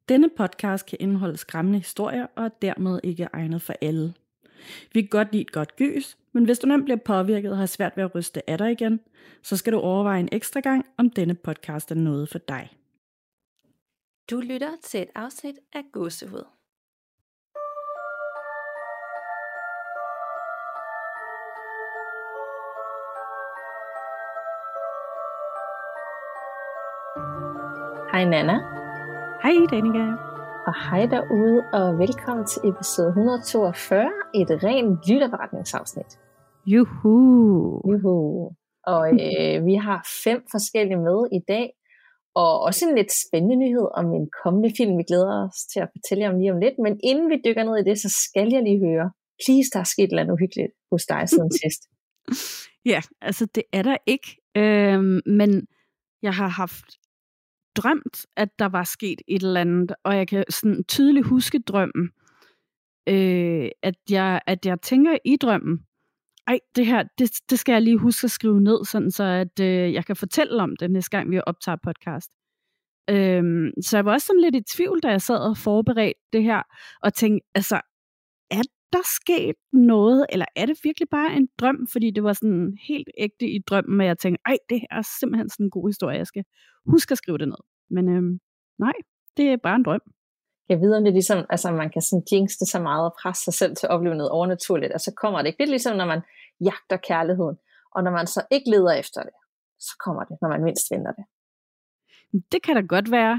Denne podcast kan indeholde skræmmende historier og er dermed ikke egnet for alle. Vi kan godt lide et godt gys, men hvis du nemt bliver påvirket og har svært ved at ryste af dig igen, så skal du overveje en ekstra gang, om denne podcast er noget for dig. Du lytter til et afsnit af Gåsehud. Hej Nana. Hej Danika. Og hej derude, og velkommen til episode 142, et rent lytterberetningsafsnit. Juhu. Og vi har 5 forskellige med i dag, og også en lidt spændende nyhed om en kommende film, vi glæder os til at fortælle jer om lige om lidt. Men inden vi dykker ned i det, så skal jeg lige høre, please, der er sket noget uhyggeligt hos dig siden sidst. Ja, altså det er der ikke, men jeg har haft drømt, at der var sket et eller andet, og jeg kan sådan tydeligt huske drømmen, at jeg tænker i drømmen, det her, det skal jeg lige huske at skrive ned, sådan så at jeg kan fortælle om det næste gang, vi optager podcast. Så jeg var også sådan lidt i tvivl, da jeg sad og forberedte det her, og tænkte, altså, er der sket noget, eller er det virkelig bare en drøm? Fordi det var sådan helt ægte i drømmen, og jeg tænkte, det er simpelthen sådan en god historie, jeg skal huske at skrive det ned. Men nej, det er bare en drøm. Jeg ved, om det er ligesom, altså man kan sådan jinx det så meget og presse sig selv til at opleve noget overnaturligt, og så kommer det ikke. Det er ligesom, når man jagter kærligheden, og når man så ikke leder efter det, så kommer det, når man mindst venter det. Det kan da godt være.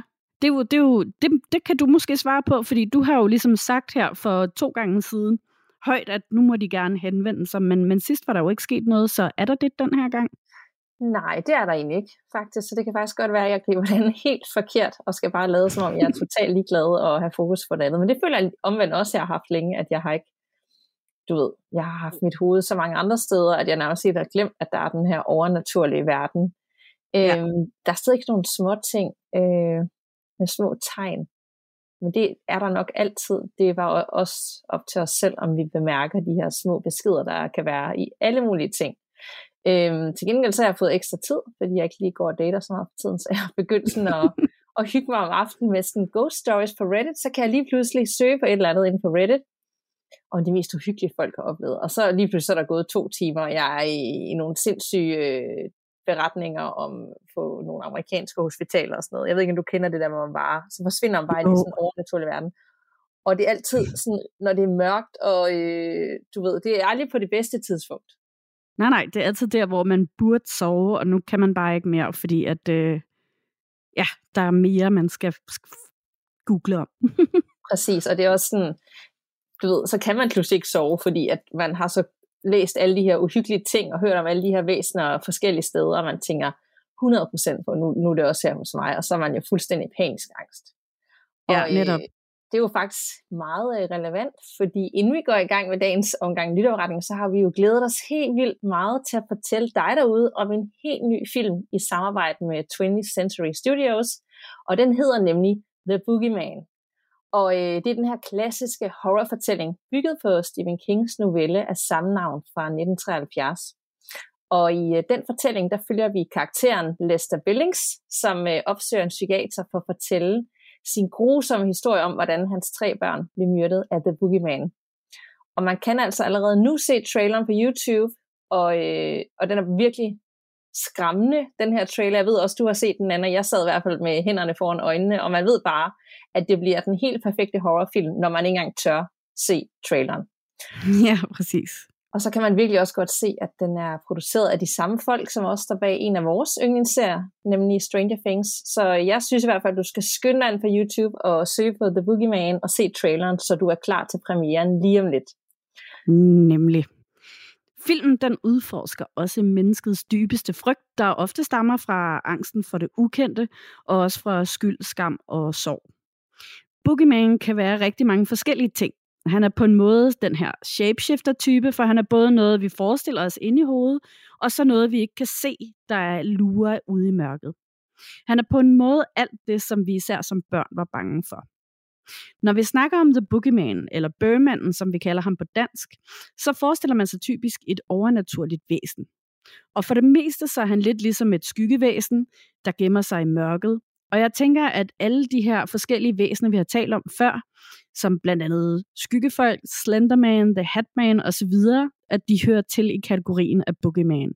Det kan du måske svare på, fordi du har jo ligesom sagt her for 2 gange siden, højt, at nu må de gerne henvende sig, men sidst var der jo ikke sket noget, så er der det den her gang? Nej, det er der egentlig ikke, faktisk. Så det kan faktisk godt være, at jeg griber den helt forkert, og skal bare lade, som om jeg er totalt ligeglad og have fokus på det andet. Men det føler jeg omvendt også, jeg har haft længe, at jeg har ikke, jeg har haft mit hoved så mange andre steder, at jeg nærmest helt har glemt, at der er den her overnaturlige verden. Ja. Der er stadig ikke nogle små ting med små tegn. Men det er der nok altid. Det var også op til os selv, om vi bemærker de her små beskeder, der kan være i alle mulige ting. Til gengæld så har jeg fået ekstra tid, fordi jeg ikke lige går og dater så meget for tiden, så jeg har begyndt sådan at hygge mig om aftenen med sådan ghost stories på Reddit, så kan jeg lige pludselig søge på et eller andet inde på Reddit, og de mest uhyggelige folk har oplevet. Og så lige pludselig så er der gået 2 timer, og jeg er i nogle sindssyge beretninger om på nogle amerikanske hospitaler og sådan noget. Jeg ved ikke, om du kender det der, hvor man bare, så forsvinder man bare i sådan en overnaturlig verden. Og det er altid sådan, når det er mørkt, og det er aldrig på det bedste tidspunkt. Nej, det er altid der, hvor man burde sove, og nu kan man bare ikke mere, fordi at, der er mere, man skal google om. Præcis, og det er også sådan, så kan man pludselig ikke sove, fordi at man har så læst alle de her uhyggelige ting, og hørt om alle de her væsener forskellige steder, og man tænker 100% på, nu er det også her hos mig, og så er man jo fuldstændig panisk angst. Ja, og, netop. Det er jo faktisk meget relevant, fordi inden vi går i gang med dagens omgang lytterberetning, så har vi jo glædet os helt vildt meget til at fortælle dig derude om en helt ny film i samarbejde med 20th Century Studios, og den hedder nemlig The Boogeyman. Og det er den her klassiske horrorfortælling, bygget på Stephen Kings novelle af samme navn fra 1973. Og i den fortælling, der følger vi karakteren Lester Billings, som opsøger en psykiater for at fortælle sin grusomme historie om, hvordan hans 3 børn blev myrdet af The Boogeyman. Og man kan altså allerede nu se traileren på YouTube, og den er virkelig skræmmende, den her trailer. Jeg ved også, du har set den anden, og jeg sad i hvert fald med hænderne foran øjnene, og man ved bare, at det bliver den helt perfekte horrorfilm, når man ikke engang tør se traileren. Ja, præcis. Og så kan man virkelig også godt se, at den er produceret af de samme folk, som også står bag en af vores yndlingsserier, nemlig Stranger Things. Så jeg synes i hvert fald, at du skal skynde dig ind på YouTube og søge på The Boogeyman og se traileren, så du er klar til premieren lige om lidt. Nemlig. Filmen den udforsker også menneskets dybeste frygt, der ofte stammer fra angsten for det ukendte, og også fra skyld, skam og sorg. Boogeyman kan være rigtig mange forskellige ting. Han er på en måde den her shapeshifter-type, for han er både noget, vi forestiller os inde i hovedet, og så noget, vi ikke kan se, der lurer ude i mørket. Han er på en måde alt det, som vi især som børn var bange for. Når vi snakker om The Boogeyman, eller Bøgemanden, som vi kalder ham på dansk, så forestiller man sig typisk et overnaturligt væsen. Og for det meste så er han lidt ligesom et skyggevæsen, der gemmer sig i mørket, Og jeg tænker, at alle de her forskellige væsener, vi har talt om før, som blandt andet skyggefolk, Slenderman, The Hatman osv., at de hører til i kategorien af Boogeyman.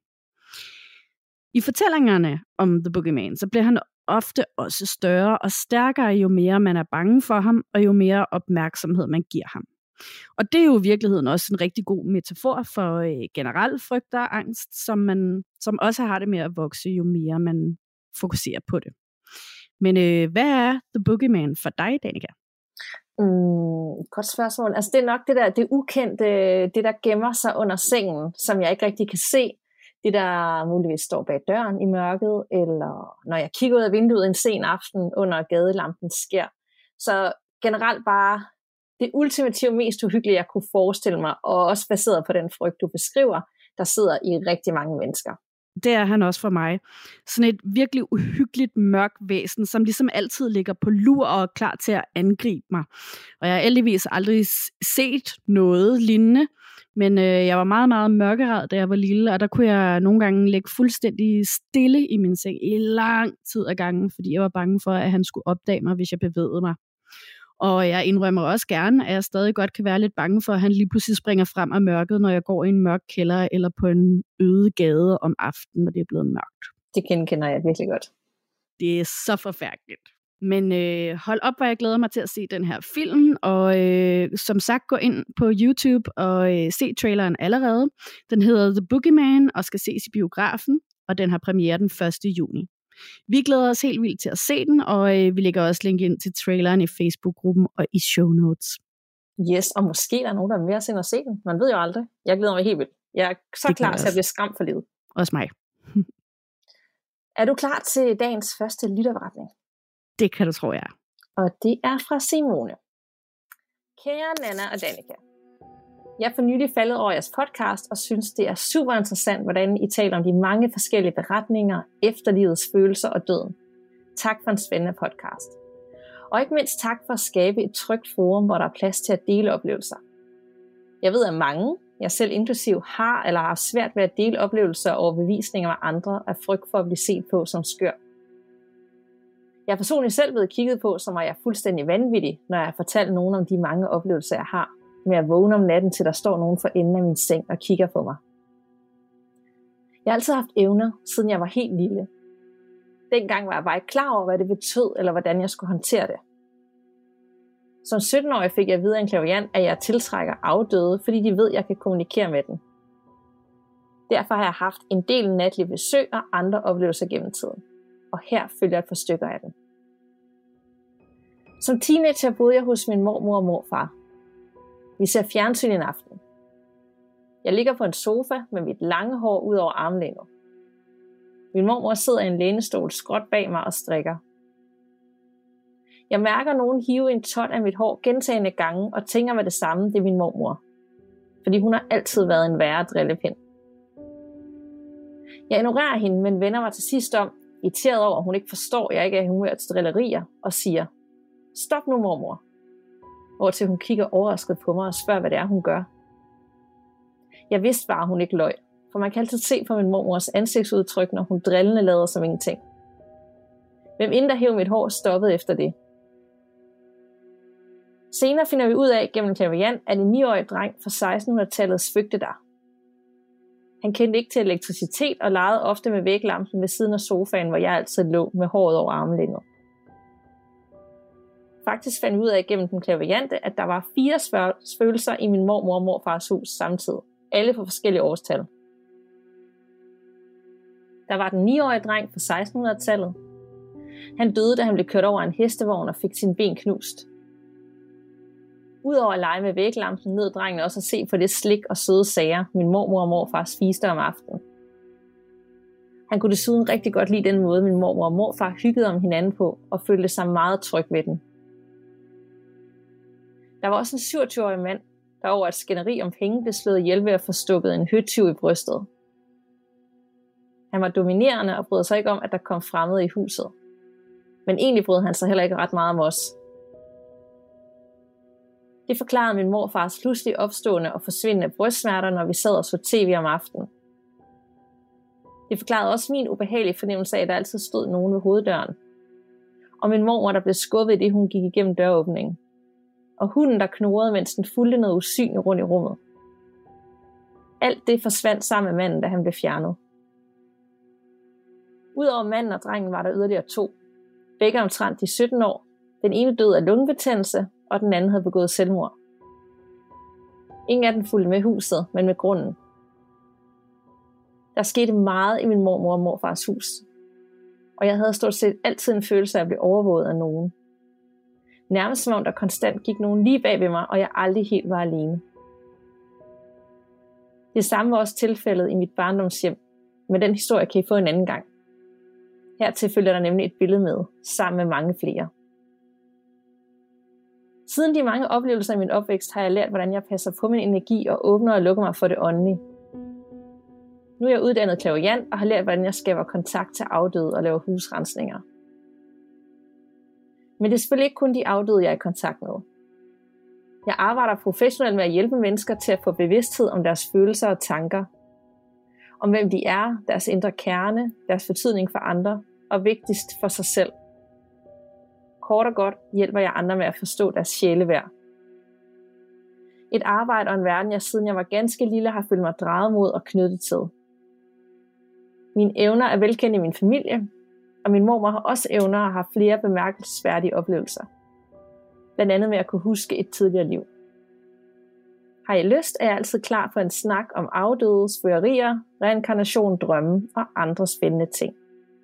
I fortællingerne om The Boogeyman, så bliver han ofte også større og stærkere, jo mere man er bange for ham, og jo mere opmærksomhed man giver ham. Og det er jo i virkeligheden også en rigtig god metafor for generel frygt og angst, som også har det med at vokse, jo mere man fokuserer på det. Men hvad er The Boogeyman for dig, Danika? Godt spørgsmål. Altså det er nok det ukendte, det der gemmer sig under sengen, som jeg ikke rigtig kan se. Det der muligvis står bag døren i mørket, eller når jeg kigger ud af vinduet en sen aften under gadelampen sker. Så generelt bare det ultimative mest uhyggelige, jeg kunne forestille mig, og også baseret på den frygt, du beskriver, der sidder i rigtig mange mennesker. Det er han også for mig. Sådan et virkelig uhyggeligt mørkt væsen, som ligesom altid ligger på lur og er klar til at angribe mig. Og jeg har heldigvis aldrig set noget lignende, men jeg var meget, meget mørkeret, da jeg var lille, og der kunne jeg nogle gange ligge fuldstændig stille i min seng i lang tid ad gangen, fordi jeg var bange for, at han skulle opdage mig, hvis jeg bevægede mig. Og jeg indrømmer også gerne, at jeg stadig godt kan være lidt bange for, at han lige pludselig springer frem af mørket, når jeg går i en mørk kælder eller på en øde gade om aftenen, når det er blevet mørkt. Det kender jeg virkelig godt. Det er så forfærdeligt. Men hold op, hvor jeg glæder mig til at se den her film, og som sagt, gå ind på YouTube og se traileren allerede. Den hedder The Boogeyman og skal ses i biografen, og den har premiere den 1. juni. Vi glæder os helt vildt til at se den, og vi lægger også link ind til traileren i Facebook-gruppen og i show notes. Yes, og måske der er nogen, der er mere sind at se den. Man ved jo aldrig. Jeg glæder mig helt vildt. Jeg er så klar til at blive skræmt for livet. Også mig. Er du klar til dagens første lytterberetning? Det kan du tro, jeg er. Og det er fra Simone. Kære Nanna og Danika. Jeg er for nylig faldet over jeres podcast og synes, det er super interessant, hvordan I taler om de mange forskellige beretninger, efterlivets følelser og døden. Tak for en spændende podcast. Og ikke mindst tak for at skabe et trygt forum, hvor der er plads til at dele oplevelser. Jeg ved, at mange, jeg selv inklusiv, har eller har svært ved at dele oplevelser og bevisninger med andre af frygt for at blive set på som skør. Jeg er personligt selv blevet kigget på, som er jeg fuldstændig vanvittig, når jeg har fortalt nogen om de mange oplevelser, jeg har, med at vågne om natten, til der står nogen for enden af min seng og kigger på mig. Jeg har altid haft evner, siden jeg var helt lille. Dengang var jeg bare ikke klar over, hvad det betød, eller hvordan jeg skulle håndtere det. Som 17-årig fik jeg at vide af en clairvoyant, at jeg tiltrækker afdøde, fordi de ved, at jeg kan kommunikere med dem. Derfor har jeg haft en del natlige besøg og andre oplevelser gennem tiden. Og her følger jeg et par stykker af dem. Som teenager boede jeg hos min mormor og morfar. Vi ser fjernsyn en aften. Jeg ligger på en sofa med mit lange hår ud over armlænet. Min mormor sidder i en lænestol skråt bag mig og strikker. Jeg mærker nogen hive en tot af mit hår gentagne gange og tænker med det samme, det er min mormor. Fordi hun har altid været en værre drillepind. Jeg ignorerer hende, men vender mig til sidst om, irriteret over, at hun ikke forstår, at jeg ikke er i humør til drillerier, og siger, stop nu mormor. Hvortil hun kigger overrasket på mig og spørger, hvad det er, hun gør. Jeg vidste bare, at hun ikke løj, for man kan altid se på min mormors ansigtsudtryk, når hun drillende lader som ingenting. Hvem end der hævde mit hår stoppede efter det. Senere finder vi ud af gennem en clairvoyant, at en 9-årig dreng fra 1600-tallet svøgte der. Han kendte ikke til elektricitet og legede ofte med væglampen ved siden af sofaen, hvor jeg altid lå med håret over armlænet. Faktisk fandt vi ud af gennem den clairvoyante, at der var 4 spøgelser i min mormor og morfars hus samtidig. Alle på forskellige årstal. Der var den 9-årige dreng fra 1600-tallet. Han døde, da han blev kørt over en hestevogn og fik sine ben knust. Udover at lege med væglampen, nød drengen også at se på det slik og søde sager, min mormor og morfar spiste om aftenen. Han kunne desuden rigtig godt lide den måde, min mormor og morfar hyggede om hinanden på, og følte sig meget tryg ved den. Der var også en 27-årig mand, der over et skænderi om penge blev slået ihjel ved at få stukket en høtyv i brystet. Han var dominerende og brød sig ikke om, at der kom fremmede i huset. Men egentlig brød han sig heller ikke ret meget om os. Det forklarede min morfars pludselig opstående og forsvindende brystsmerter, når vi sad og så tv om aftenen. Det forklarede også min ubehagelige fornemmelse af, at der altid stod nogen ved hoveddøren. og min mormor, der blev skubbet i det, hun gik igennem døråbningen. Og hunden, der knurrede, mens den fulgte noget usynligt rundt i rummet. Alt det forsvandt sammen med manden, da han blev fjernet. Udover manden og drengen var der yderligere 2. Begge omtrent de 17 år. Den ene døde af lungebetændelse, og den anden havde begået selvmord. Ingen af dem fulgte med huset, men med grunden. Der skete meget i min mormor og morfars hus. Og jeg havde stort set altid en følelse af at blive overvåget af nogen. Nærmest som om der konstant gik nogen lige bag ved mig, og jeg aldrig helt var alene. Det samme var også tilfældet i mit barndomshjem, men den historie kan I få en anden gang. Hertil følger der nemlig et billede med, sammen med mange flere. Siden de mange oplevelser i min opvækst, har jeg lært, hvordan jeg passer på min energi og åbner og lukker mig for det åndelige. Nu er jeg uddannet clairvoyant og har lært, hvordan jeg skaber kontakt til afdøde og laver husrensninger. Men det er selvfølgelig ikke kun de afdøde, jeg er i kontakt med. Jeg arbejder professionelt med at hjælpe mennesker til at få bevidsthed om deres følelser og tanker. Om hvem de er, deres indre kerne, deres betydning for andre og vigtigst for sig selv. Kort og godt hjælper jeg andre med at forstå deres sjæleværd. Et arbejde og en verden, jeg siden jeg var ganske lille har følt mig draget mod og knyttet til. Mine evner er velkendt i min familie, og min mormor har også evner og har flere bemærkelsesværdige oplevelser. Blandt andet med at kunne huske et tidligere liv. Har I lyst, er jeg altid klar for en snak om afdøde, spøgerier, reinkarnation, drømme og andre spændende ting.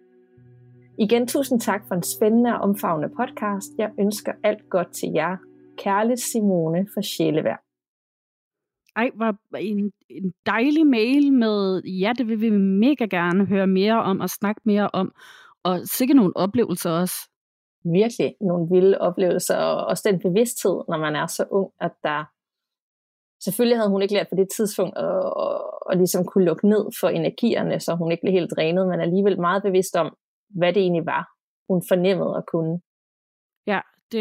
Igen tusind tak for en spændende og omfavnende podcast. Jeg ønsker alt godt til jer. Kærligt, Simone fra Sjæleværd. Ej, var en dejlig mail med, ja, det vil vi mega gerne høre mere om og snakke mere om. Og sikkert nogle oplevelser også. Virkelig nogle vilde oplevelser, og også den bevidsthed, når man er så ung, at der... Selvfølgelig havde hun ikke lært på det tidspunkt at ligesom kunne lukke ned for energierne, så hun ikke blev helt drænet, men alligevel meget bevidst om, hvad det egentlig var, hun fornemmede at kunne. Ja,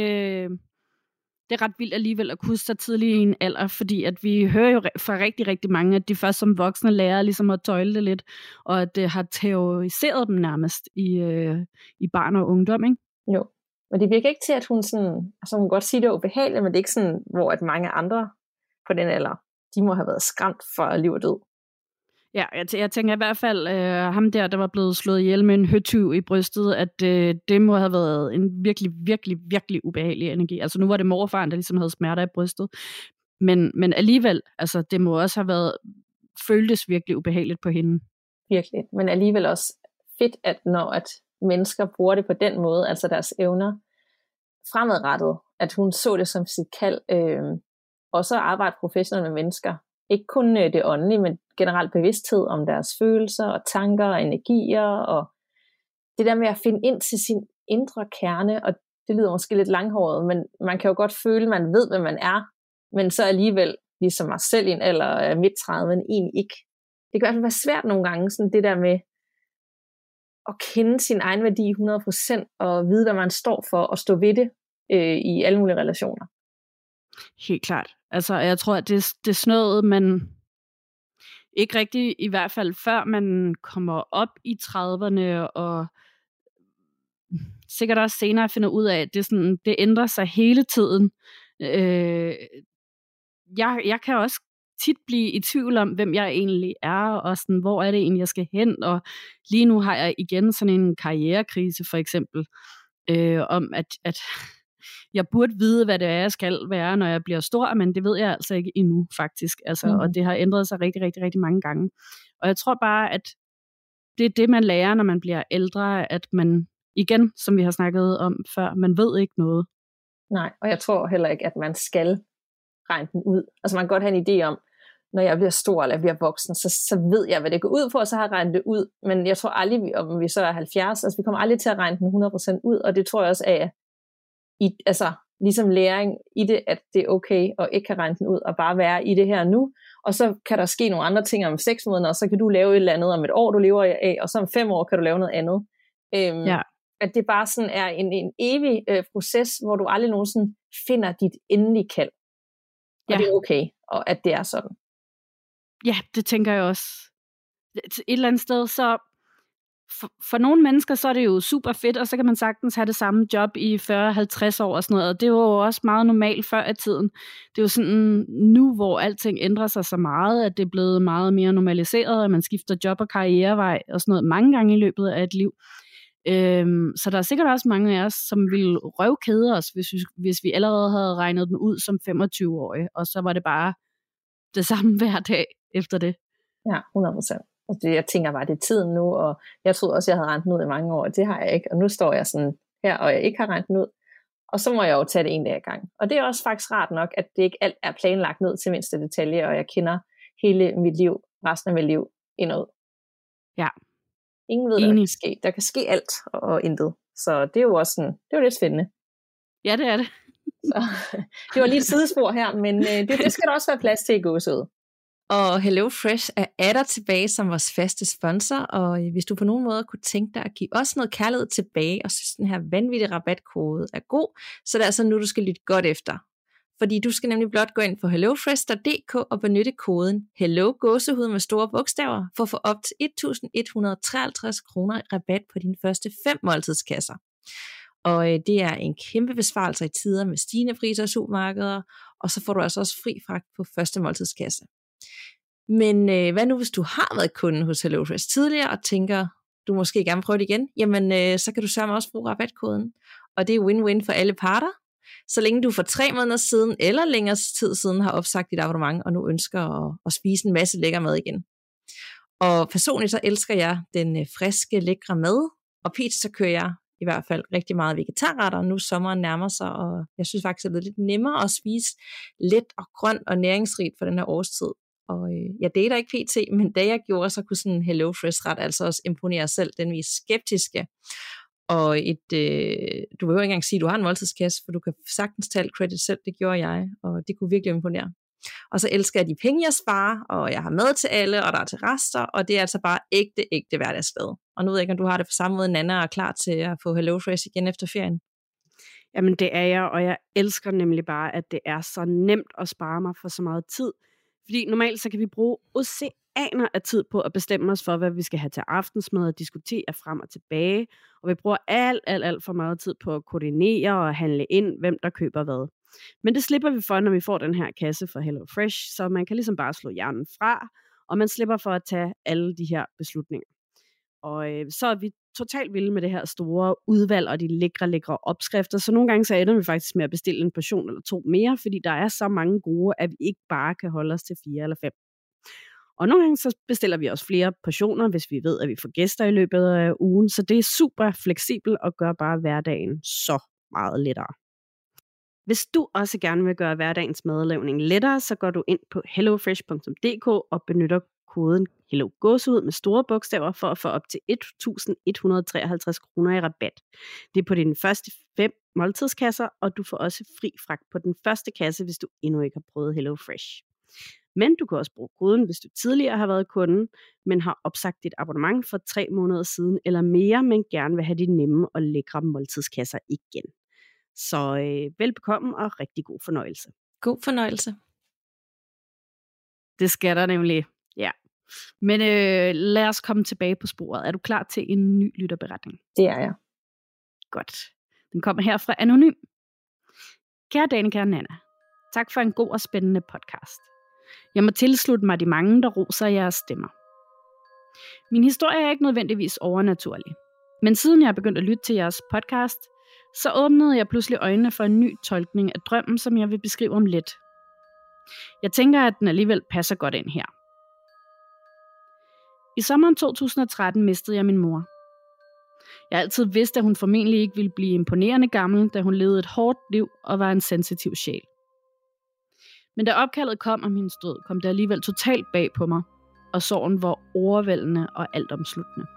det er ret vildt alligevel at kunne så tidligt i en alder, fordi at vi hører jo fra rigtig, rigtig mange, at de først som voksne lærer ligesom at tøjle det lidt, og at det har terroriseret dem nærmest i barn og ungdom, ikke? Jo, men det virker ikke til, at hun sådan, altså hun kan godt sige, det er ubehageligt, men det er ikke sådan, hvor at mange andre på den alder, de må have været skræmt for liv og død. Ja, jeg tænker i hvert fald, ham der var blevet slået ihjel med en høtyv i brystet, at det må have været en virkelig, virkelig, virkelig ubehagelig energi. Altså nu var det morfaren, der ligesom havde smerter i brystet. Men alligevel, altså det må også have været, føltes virkelig ubehageligt på hende. Virkelig, men alligevel også fedt, at når at mennesker bruger det på den måde, altså deres evner fremadrettet, at hun så det som sit kald, og så arbejde professionelt med mennesker. Ikke kun det åndelige, men generelt bevidsthed om deres følelser og tanker og energier, og det der med at finde ind til sin indre kerne, og det lyder måske lidt langhåret, men man kan jo godt føle, at man ved, hvad man er, men så alligevel, ligesom mig selv i en alder af midt-30'erne, egentlig ikke. Det kan i hvert fald være svært nogle gange, sådan det der med at kende sin egen værdi 100%, og vide, hvad man står for, og stå ved det i alle mulige relationer. Helt klart. Altså, jeg tror, at det er sådan noget, man ikke rigtig, i hvert fald før man kommer op i 30'erne, og sikkert også senere finder ud af, at det ændrer sig hele tiden. Jeg kan også tit blive i tvivl om, hvem jeg egentlig er, og sådan, hvor er det egentlig, jeg skal hen. Og lige nu har jeg igen sådan en karrierekrise, for eksempel, om at jeg burde vide, hvad det er, jeg skal være, når jeg bliver stor, men det ved jeg altså ikke endnu, faktisk. Altså, og det har ændret sig rigtig, rigtig, rigtig mange gange. Og jeg tror bare, at det er det, man lærer, når man bliver ældre, at man, igen, som vi har snakket om før, man ved ikke noget. Nej, og jeg tror heller ikke, at man skal regne den ud. Altså man kan godt have en idé om, når jeg bliver stor eller jeg bliver voksen, så ved jeg, hvad det går ud på, og så har jeg regnet det ud. Men jeg tror aldrig, om vi så er 70, altså vi kommer aldrig til at regne den 100% ud, og det tror jeg også er altså ligesom læring i det, at det er okay at ikke kan regne den ud, og bare være i det her nu, og så kan der ske nogle andre ting om 6 måneder, og så kan du lave et eller andet om et år, du lever af, og så om 5 år kan du lave noget andet. Ja. At det bare sådan er en evig proces, hvor du aldrig nogensinde finder dit endelige kald. Og det er okay, og at det er sådan. Ja, det tænker jeg også. Et eller andet sted, så for nogle mennesker, så er det jo super fedt, og så kan man sagtens have det samme job i 40-50 år og sådan noget, og det var jo også meget normalt før i tiden. Det er jo sådan nu, hvor alting ændrer sig så meget, at det er blevet meget mere normaliseret, at man skifter job og karrierevej og sådan noget mange gange i løbet af et liv. Så der er sikkert også mange af os, som ville røvkede os, hvis vi allerede havde regnet den ud som 25-årige, og så var det bare det samme hver dag efter det. Ja, 100%. Og det, jeg tænker bare, det er tiden nu, og jeg troede også, jeg havde regnet den ud i mange år, det har jeg ikke, og nu står jeg sådan her, og jeg ikke har regnet den ud, og så må jeg jo tage det en dag ad gang. Og det er også faktisk rart nok, at det ikke alt er planlagt ned til mindste detalje, og jeg kender hele mit liv, resten af mit liv, ind og ud. Ja. Ingen ved, hvad der kan ske. Der kan ske alt og intet. Så det er jo også sådan, det er jo lidt spændende. Ja, det er det. Så, det var lige et sidespor her, men det skal der også være plads til i gåsehud. Og HelloFresh er atter tilbage som vores faste sponsor, og hvis du på nogen måde kunne tænke dig at give os noget kærlighed tilbage, og synes den her vanvittige rabatkode er god, så det er altså nu, du skal lytte godt efter. Fordi du skal nemlig blot gå ind på hellofresh.dk og benytte koden HELLOGÅSEHUD med store bogstaver, for at få op til 1.153 kroner i rabat på dine første 5 måltidskasser. Og det er en kæmpe besparelse i tider med stigende priser i supermarkeder, og så får du altså også fri fragt på første måltidskasse. Men hvad nu, hvis du har været kunde hos HelloFresh tidligere, og tænker, du måske gerne prøve det igen, jamen så kan du sørge også bruge rabatkoden. Og det er win-win for alle parter, så længe du for 3 måneder siden, eller længere tid siden, har opsagt dit abonnement, og nu ønsker at spise en masse lækker mad igen. Og personligt så elsker jeg den friske, lækre mad, og pizza så kører jeg i hvert fald rigtig meget vegetarretter, nu sommeren nærmer sig, og jeg synes faktisk, at det er lidt nemmere at spise let og grønt og næringsrigt for den her årstid. Og jeg dater ikke pt, men da jeg gjorde, så kunne sådan en HelloFresh-ret altså også imponere selv, den mest skeptiske. Og du vil jo ikke engang sige, at du har en måltidskasse, for du kan sagtens tage credit selv, det gjorde jeg, og det kunne virkelig imponere. Og så elsker jeg de penge, jeg sparer, og jeg har mad til alle, og der er til rester, og det er altså bare ægte hverdagsglæde. Og nu ved jeg ikke, om du har det på samme måde, Nanna er klar til at få HelloFresh igen efter ferien. Jamen det er jeg, og jeg elsker nemlig bare, at det er så nemt at spare mig for så meget tid. Fordi normalt så kan vi bruge oceaner af tid på at bestemme os for, hvad vi skal have til aftensmad og diskutere frem og tilbage. Og vi bruger alt for meget tid på at koordinere og handle ind, hvem der køber hvad. Men det slipper vi for, når vi får den her kasse fra HelloFresh, så man kan ligesom bare slå hjernen fra, og man slipper for at tage alle de her beslutninger. Og så er vi totalt vilde med det her store udvalg og de lækre opskrifter, så nogle gange så ender vi faktisk med at bestille en portion eller 2 mere, fordi der er så mange gode, at vi ikke bare kan holde os til 4 eller 5. Og nogle gange så bestiller vi også flere portioner, hvis vi ved, at vi får gæster i løbet af ugen, så det er super fleksibelt og gør bare hverdagen så meget lettere. Hvis du også gerne vil gøre hverdagens madlavning lettere, så går du ind på hellofresh.dk og benytter koden HELLOGÅSEHUD med store bogstaver for at få op til 1.153 kroner i rabat. Det er på dine første 5 måltidskasser, og du får også fri fragt på den første kasse, hvis du endnu ikke har prøvet HelloFresh. Men du kan også bruge koden, hvis du tidligere har været kunde, men har opsagt dit abonnement for 3 måneder siden eller mere, men gerne vil have de nemme og lækre måltidskasser igen. Så velbekomme og rigtig god fornøjelse. God fornøjelse. Det skal der nemlig, ja. Men lad os komme tilbage på sporet. Er du klar til en ny lytterberetning? Det er jeg. Godt. Den kommer her fra Anonym. Kære Danika og Nanna, tak for en god og spændende podcast. Jeg må tilslutte mig de mange, der roser jeres stemmer. Min historie er ikke nødvendigvis overnaturlig, men siden jeg er begyndt at lytte til jeres podcast, så åbnede jeg pludselig øjnene for en ny tolkning af drømmen, som jeg vil beskrive om lidt. Jeg tænker, at den alligevel passer godt ind her. I sommeren 2013 mistede jeg min mor. Jeg har altid vidst, at hun formentlig ikke ville blive imponerende gammel, da hun levede et hårdt liv og var en sensitiv sjæl. Men da opkaldet kom om hendes død, kom det alligevel totalt bag på mig, og sorgen var overvældende og altomsluttende.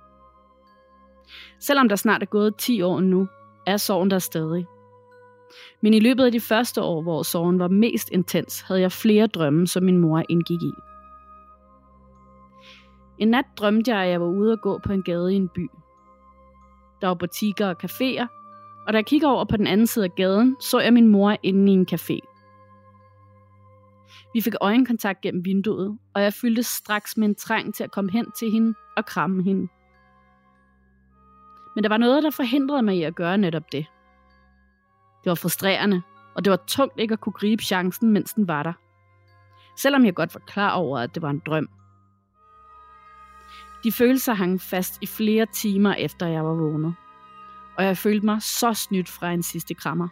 Selvom der snart er gået 10 år nu, er sorgen der stadig. Men i løbet af de første år, hvor sorgen var mest intens, havde jeg flere drømme, som min mor indgik i. En nat drømte jeg, at jeg var ude at gå på en gade i en by. Der var butikker og caféer, og da jeg kiggede over på den anden side af gaden, så jeg min mor inde i en café. Vi fik øjenkontakt gennem vinduet, og jeg fyldte straks med en trang til at komme hen til hende og kramme hende. Men der var noget, der forhindrede mig i at gøre netop det. Det var frustrerende, og det var tungt ikke at kunne gribe chancen, mens den var der. Selvom jeg godt var klar over, at det var en drøm. De følelser hang fast i flere timer efter jeg var vågnet. Og jeg følte mig så snydt fra en sidste krammer.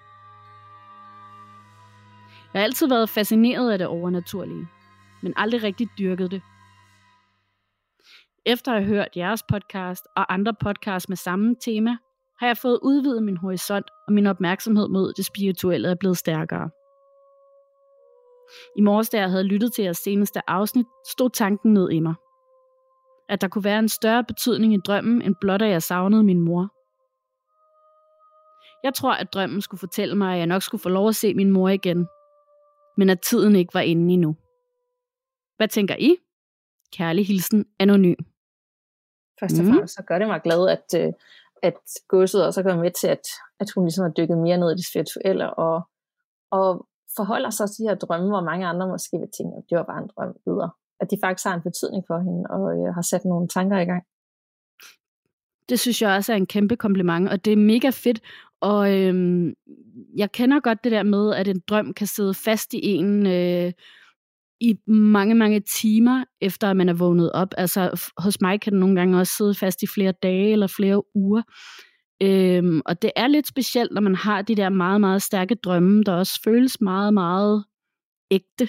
Jeg har altid været fascineret af det overnaturlige, men aldrig rigtig dyrket det. Efter at have hørt jeres podcast og andre podcasts med samme tema, har jeg fået udvidet min horisont, og min opmærksomhed mod det spirituelle er blevet stærkere. I morges, da jeg havde lyttet til jeres seneste afsnit, stod tanken ned i mig. At der kunne være en større betydning i drømmen, end blot at jeg savnede min mor. Jeg tror, at drømmen skulle fortælle mig, at jeg nok skulle få lov at se min mor igen, men at tiden ikke var inde endnu. Hvad tænker I? Kærlig hilsen, anonym. Først og fremmest så gør det mig glad, at godset også er gået med til, at hun ligesom har dykket mere ned i det spirituelle, og forholder sig til de her drømme, hvor mange andre måske vil tænke, at det var bare en drøm videre. At de faktisk har en betydning for hende, og har sat nogle tanker i gang. Det synes jeg også er en kæmpe kompliment, og det er mega fedt. Og jeg kender godt det der med, at en drøm kan sidde fast i en i mange, mange timer, efter at man er vågnet op. Altså hos mig kan den nogle gange også sidde fast i flere dage eller flere uger. Og det er lidt specielt, når man har de der meget, meget stærke drømme, der også føles meget, meget ægte.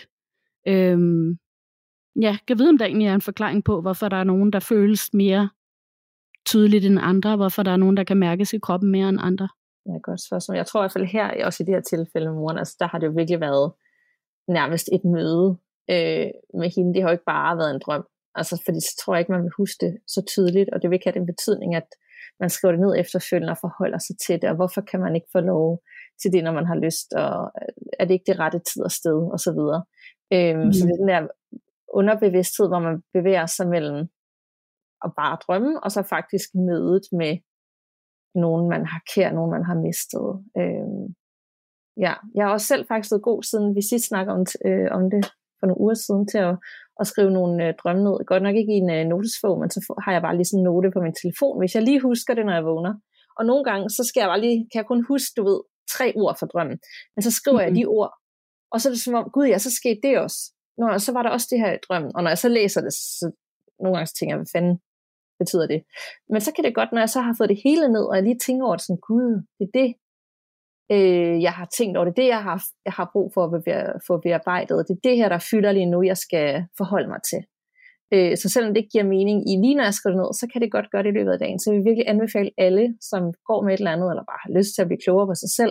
Ja, jeg ved, om der egentlig er en forklaring på, hvorfor der er nogen, der føles mere tydeligt end andre, hvorfor der er nogen, der kan mærkes i kroppen mere end andre. Ja, godt spørgsmål. Jeg tror i hvert fald her, også i det her tilfælde med moren, altså der har det jo virkelig været nærmest et møde med hende. Det har jo ikke bare været en drøm. Altså, fordi så tror jeg ikke, man vil huske det så tydeligt, og det vil ikke have den betydning, at man skriver det ned efterfølgende og forholder sig til det, og hvorfor kan man ikke få lov til det, når man har lyst, og er det ikke det rette tid og sted, og så videre. Så det er den der underbevidsthed, hvor man bevæger sig mellem at bare drømme, og så faktisk mødet med nogen, man har kær, nogen, man har mistet. Ja, jeg har også selv faktisk været god, siden vi sidst snakkede om det for nogle uger siden, til at skrive nogle drømme ned. Godt nok ikke i en notesbog, men så har jeg bare lige sådan en note på min telefon, hvis jeg lige husker det, når jeg vågner. Og nogle gange, så skal jeg bare lige, kan jeg kun huske, 3 ord fra drømmen. Men så skriver jeg de ord, og så er det som om, gud ja, så skete det også. Nå, så var der også det her i drømmen. Og når jeg så læser det, så nogle gange så tænker jeg, hvad fanden betyder det? Men så kan det godt, når jeg så har fået det hele ned, og jeg lige tænker over det sådan, gud, det er det, jeg har tænkt over, det er det, jeg har brug for at få bearbejdet. Det er det her, der fylder lige nu, jeg skal forholde mig til. Så selvom det ikke giver mening i lige når jeg skriver det ned, så kan det godt gøre det i løbet af dagen. Så jeg vil virkelig anbefale alle, som går med et eller andet, eller bare har lyst til at blive klogere på sig selv,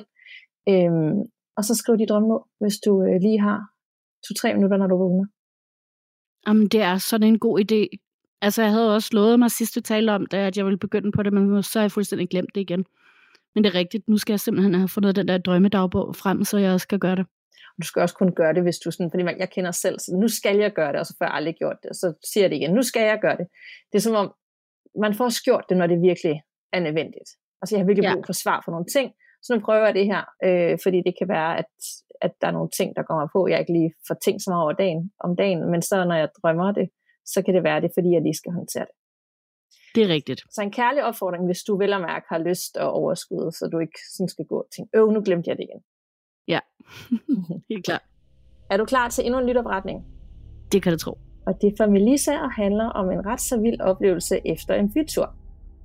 og så skriv de drømme ned, hvis du lige har 2-3 minutter, når du vågner. Jamen, det er sådan en god idé. Altså, jeg havde også lovet mig sidst, vi talte om det, at jeg ville begynde på det, men så har jeg fuldstændig glemt det igen. Men det er rigtigt, nu skal jeg simpelthen have fundet den der drømmedagbog frem, så jeg skal gøre det. Du skal også kun gøre det, hvis du sådan, fordi jeg kender selv, så nu skal jeg gøre det, og så får jeg aldrig gjort det, og så siger jeg det igen, nu skal jeg gøre det. Det er som om, man får gjort det, når det virkelig er nødvendigt. Altså, jeg har virkelig brug for svar for nogle ting, så nu prøver jeg det her, fordi det kan være, at der er nogle ting, der går mig på, jeg ikke lige får tænkt så meget over om dagen, men så når jeg drømmer det, så kan det være det, fordi jeg lige skal håndtere det. Det er rigtigt. Så en kærlig opfordring, hvis du vel at mærke har lyst og overskud, så du ikke sådan skal gå og tænke, nu glemte jeg det igen. Ja, helt klart. Er du klar til endnu en lytopretning? Det kan du tro. Og det er fra Melissa og handler om en ret så vild oplevelse efter en bytur.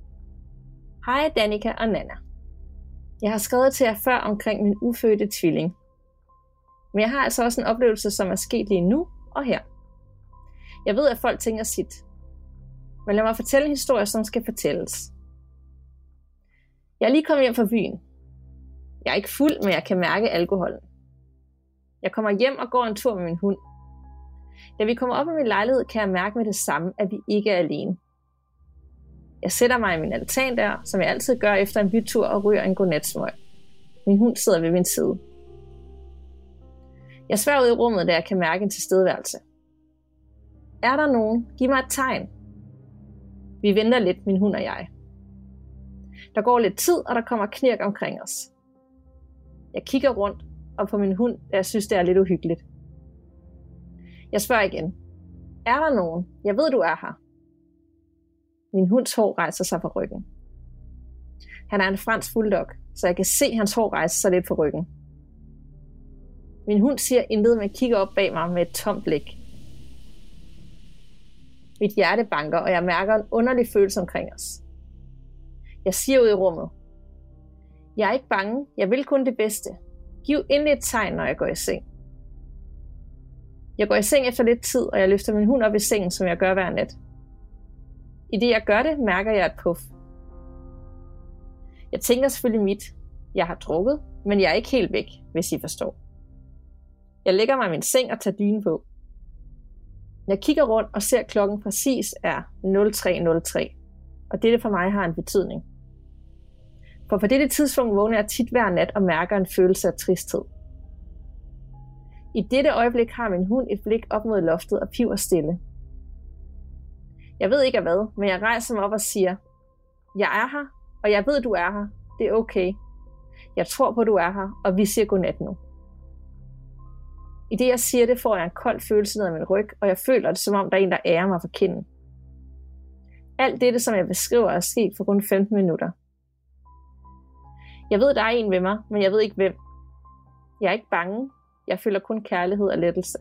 Hej Danika og Nana. Jeg har skrevet til jer før omkring min ufødte tvilling. Men jeg har altså også en oplevelse, som er sket lige nu og her. Jeg ved, at folk tænker sit. Men lad mig fortælle en historie, som skal fortælles. Jeg er lige kommet hjem fra byen. Jeg er ikke fuld, men jeg kan mærke alkoholen. Jeg kommer hjem og går en tur med min hund. Da vi kommer op i min lejlighed, kan jeg mærke med det samme, at vi ikke er alene. Jeg sætter mig i min altan der, som jeg altid gør efter en bytur, og ryger en godnatsmøg. Min hund sidder ved min side. Jeg svær ud i rummet, da jeg kan mærke en tilstedeværelse. Er der nogen? Giv mig et tegn. Vi venter lidt, min hund og jeg. Der går lidt tid, og der kommer knirk omkring os. Jeg kigger rundt, og på min hund, og jeg synes, det er lidt uhyggeligt. Jeg spørger igen. Er der nogen? Jeg ved, du er her. Min hunds hår rejser sig på ryggen. Han er en fransk bulldog, så jeg kan se hans hår rejse sig lidt på ryggen. Min hund siger intet, men kigger op bag mig med et tomt blik. Mit hjerte banker, og jeg mærker en underlig følelse omkring os. Jeg siger ud i rummet. Jeg er ikke bange, jeg vil kun det bedste. Giv endelig et tegn, når jeg går i seng. Jeg går i seng efter lidt tid, og jeg løfter min hund op i sengen, som jeg gør hver nat. I det jeg gør det, mærker jeg et puff. Jeg tænker selvfølgelig mit. Jeg har drukket, men jeg er ikke helt væk, hvis I forstår. Jeg lægger mig i min seng og tager dynen på. Jeg kigger rundt og ser, at klokken præcis er 03:03, og dette for mig har en betydning. For på dette tidspunkt vågner jeg tit hver nat og mærker en følelse af tristhed. I dette øjeblik har min hund et blik op mod loftet og piver stille. Jeg ved ikke af hvad, men jeg rejser mig op og siger, jeg er her, og jeg ved, du er her. Det er okay. Jeg tror på, du er her, og vi siger godnat nu. I det jeg siger det, får jeg en kold følelse ned ad min ryg, og jeg føler det, som om der er en, der ærer mig for kinden. Alt dette, som jeg beskriver, er sket for kun 15 minutter. Jeg ved, der er en ved mig, men jeg ved ikke hvem. Jeg er ikke bange. Jeg føler kun kærlighed og lettelse.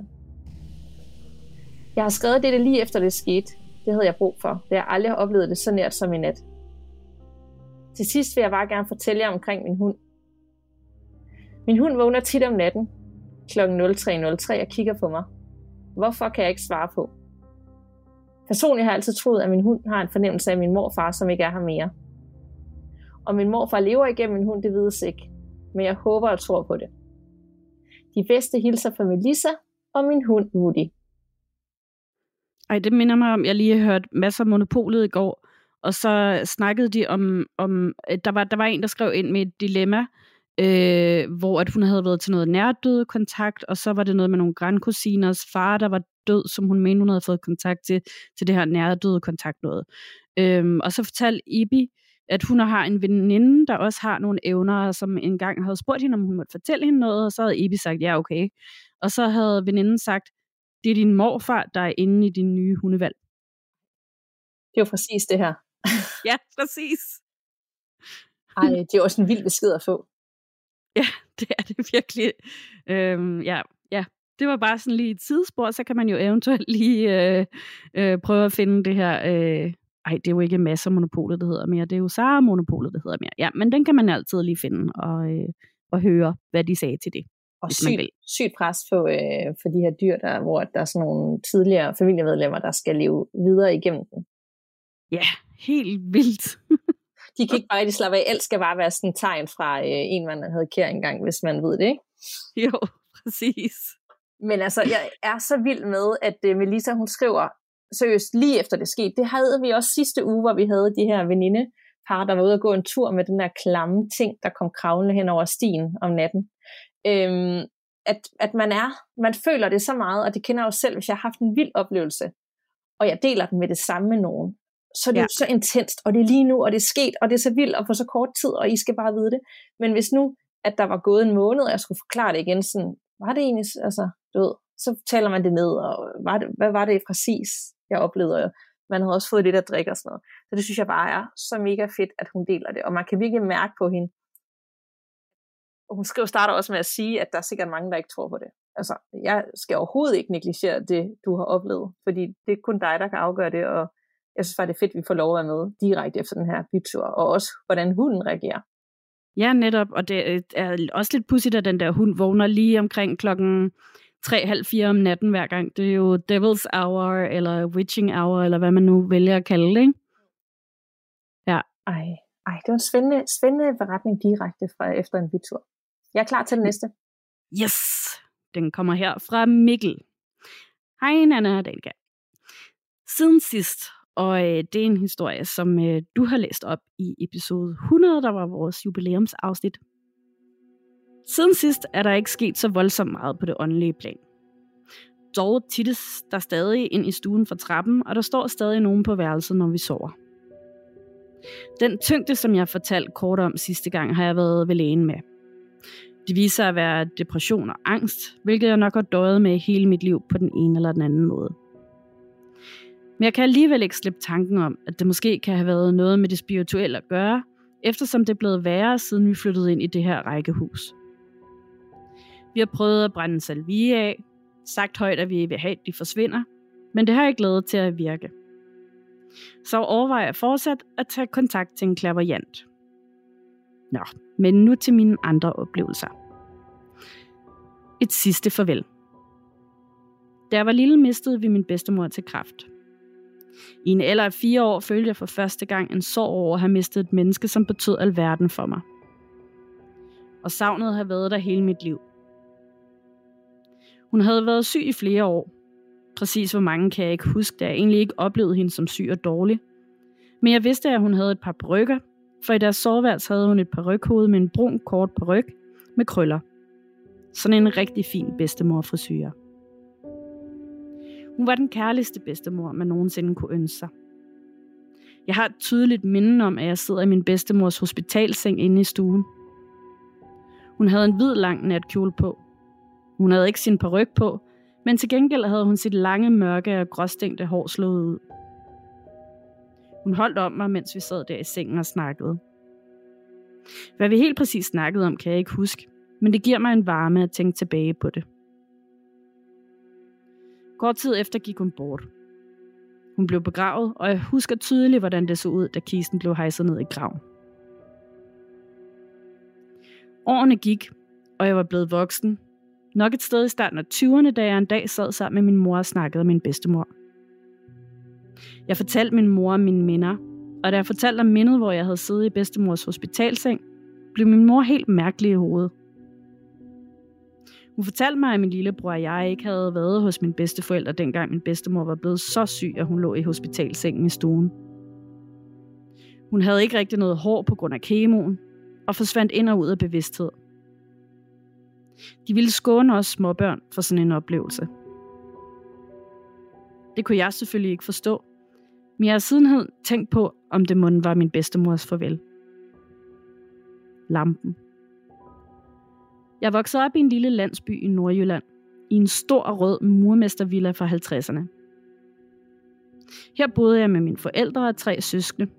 Jeg har skrevet dette lige efter det skete. Det havde jeg brug for, da jeg aldrig har oplevet det så nært som i nat. Til sidst vil jeg bare gerne fortælle jer omkring min hund. Min hund vågner tit om natten, kl. 03:03 og kigger på mig. Hvorfor kan jeg ikke svare på? Personligt har jeg altid troet, at min hund har en fornemmelse af min morfar, som ikke er her mere. Om min morfar lever igennem min hund, det vides ikke. Men jeg håber og tror på det. De bedste hilser fra Melissa og min hund Woody. Ej, det minder mig om, jeg lige har hørt masser af Monopolet i går, og så snakkede de om der var en, der skrev ind med et dilemma, hvor at hun havde været til noget nærdød kontakt, og så var det noget med nogle grandkusiners far, der var død, som hun mente, hun havde fået kontakt til det her nærdøde kontakt noget. Og så fortalte Ibi, at hun har en veninde, der også har nogle evner, som engang havde spurgt hende, om hun måtte fortælle hende noget, og så havde Ibi sagt, ja, okay. Og så havde veninden sagt, det er din morfar, der er inde i din nye hundevalg. Det er jo præcis det her. Ja, præcis. Ej, det er også en vild besked at få. Ja, det er det virkelig. Ja, det var bare sådan lige et tidsspor, så kan man jo eventuelt lige prøve at finde det her. Det er jo ikke masser Monopolet, det hedder mere. Det er jo Sara Monopolet, det hedder mere. Ja, men den kan man altid lige finde og høre, hvad de sagde til det. Og sygt pres for de her dyr, hvor der er sådan nogle tidligere familiemedlemmer, der skal leve videre igennem den. Ja, helt vildt. De kan ikke bare rigtig slappe af. Alt skal bare være sådan et tegn fra en, man havde kær engang, hvis man ved det, ikke? Jo, præcis. Men altså, jeg er så vild med, at Melissa, hun skriver seriøst lige efter det skete. Det havde vi også sidste uge, hvor vi havde de her venindepar, der var ude at gå en tur med den der klamme ting, der kom kravlende hen over stien om natten. At man føler det så meget, og det kender jeg jo selv, hvis jeg har haft en vild oplevelse, og jeg deler den med det samme med nogen, så det er jo så intenst, og det er lige nu, og det er sket, og det er så vildt, og på så kort tid, og I skal bare vide det. Men hvis nu, at der var gået en måned, og jeg skulle forklare det igen, sådan, var det egentlig, altså, du ved, så taler man det ned, og hvad var det præcis, jeg oplevede, og man havde også fået lidt at drikke og sådan noget. Så det synes jeg bare er så mega fedt, at hun deler det, og man kan virkelig mærke på hende. Og hun starter også med at sige, at der er sikkert mange, der ikke tror på det. Altså, jeg skal overhovedet ikke negligere det, du har oplevet, fordi det er kun dig, der kan afgøre det, og jeg synes bare, det er fedt, at vi får lov at være med direkte efter den her bytur, og også, hvordan hunden reagerer. Ja, netop, og det er også lidt pudsigt, at den der hund vågner lige omkring klokken 3:30 om natten hver gang. Det er jo Devil's Hour, eller Witching Hour, eller hvad man nu vælger at kalde det, ikke? Ja. Ej, det var en spændende beretning direkte fra efter en bytur. Jeg er klar til den næste. Yes! Den kommer her fra Mikkel. Hej Nanna og Danika. Siden sidst, og det er en historie, som du har læst op i episode 100, der var vores jubilæumsafsnit. Siden sidst er der ikke sket så voldsomt meget på det åndelige plan. Dog tittes der stadig ind i stuen fra trappen, og der står stadig nogen på værelset, når vi sover. Den tyngde, som jeg fortalte kort om sidste gang, har jeg været ved lægen med. Det viser at være depression og angst, hvilket jeg nok har døjet med hele mit liv på den ene eller den anden måde. Men jeg kan alligevel ikke slippe tanken om, at det måske kan have været noget med det spirituelle at gøre, eftersom det er blevet værre, siden vi flyttede ind i det her rækkehus. Vi har prøvet at brænde salvie af, sagt højt, at vi vil have, at de forsvinder, men det har ikke lavet til at virke. Så overvejer jeg fortsat at tage kontakt til en clairvoyant. Nå, men nu til mine andre oplevelser. Et sidste farvel. Da jeg var lille, mistede vi min bedstemor til kræft. I en alder af 4 år følte jeg for første gang en sorg over at have mistet et menneske, som betød alverden for mig. Og savnet har været der hele mit liv. Hun havde været syg i flere år. Præcis hvor mange kan jeg ikke huske, da jeg egentlig ikke oplevede hende som syg og dårlig. Men jeg vidste, at hun havde et par parykker, for i deres soveværelse havde hun et parykhoved med en brun kort paryk med krøller. Sådan en rigtig fin bedstemorfrisyre. Hun var den kærligste bedstemor, man nogensinde kunne ønske sig. Jeg har et tydeligt minde om, at jeg sidder i min bedstemors hospitalseng inde i stuen. Hun havde en hvid lang natkjole på. Hun havde ikke sin paryk på, men til gengæld havde hun sit lange, mørke og gråstængte hår slået ud. Hun holdt om mig, mens vi sad der i sengen og snakkede. Hvad vi helt præcis snakkede om, kan jeg ikke huske, men det giver mig en varme at tænke tilbage på det. Kort tid efter gik hun bort. Hun blev begravet, og jeg husker tydeligt, hvordan det så ud, da kisten blev hejset ned i graven. Årene gik, og jeg var blevet voksen. Nok et sted i starten af 20'erne, da jeg en dag sad sammen med min mor og snakkede om min bedstemor. Jeg fortalte min mor om mine minder, og da jeg fortalte om mindet, hvor jeg havde siddet i bedstemors hospitalseng, blev min mor helt mærkelig i hovedet. Hun fortalte mig, at min lillebror og jeg ikke havde været hos mine bedsteforældre, dengang min bedstemor var blevet så syg, at hun lå i hospitalsengen i stuen. Hun havde ikke rigtig noget hår på grund af kemoen, og forsvandt ind og ud af bevidsthed. De ville skåne os småbørn for sådan en oplevelse. Det kunne jeg selvfølgelig ikke forstå, men jeg har sidenhen tænkt på, om det måtte var min bedstemors farvel. Lampen. Jeg voksede op i en lille landsby i Nordjylland, i en stor og rød murmestervilla fra 50'erne. Her boede jeg med mine forældre og 3 søskende.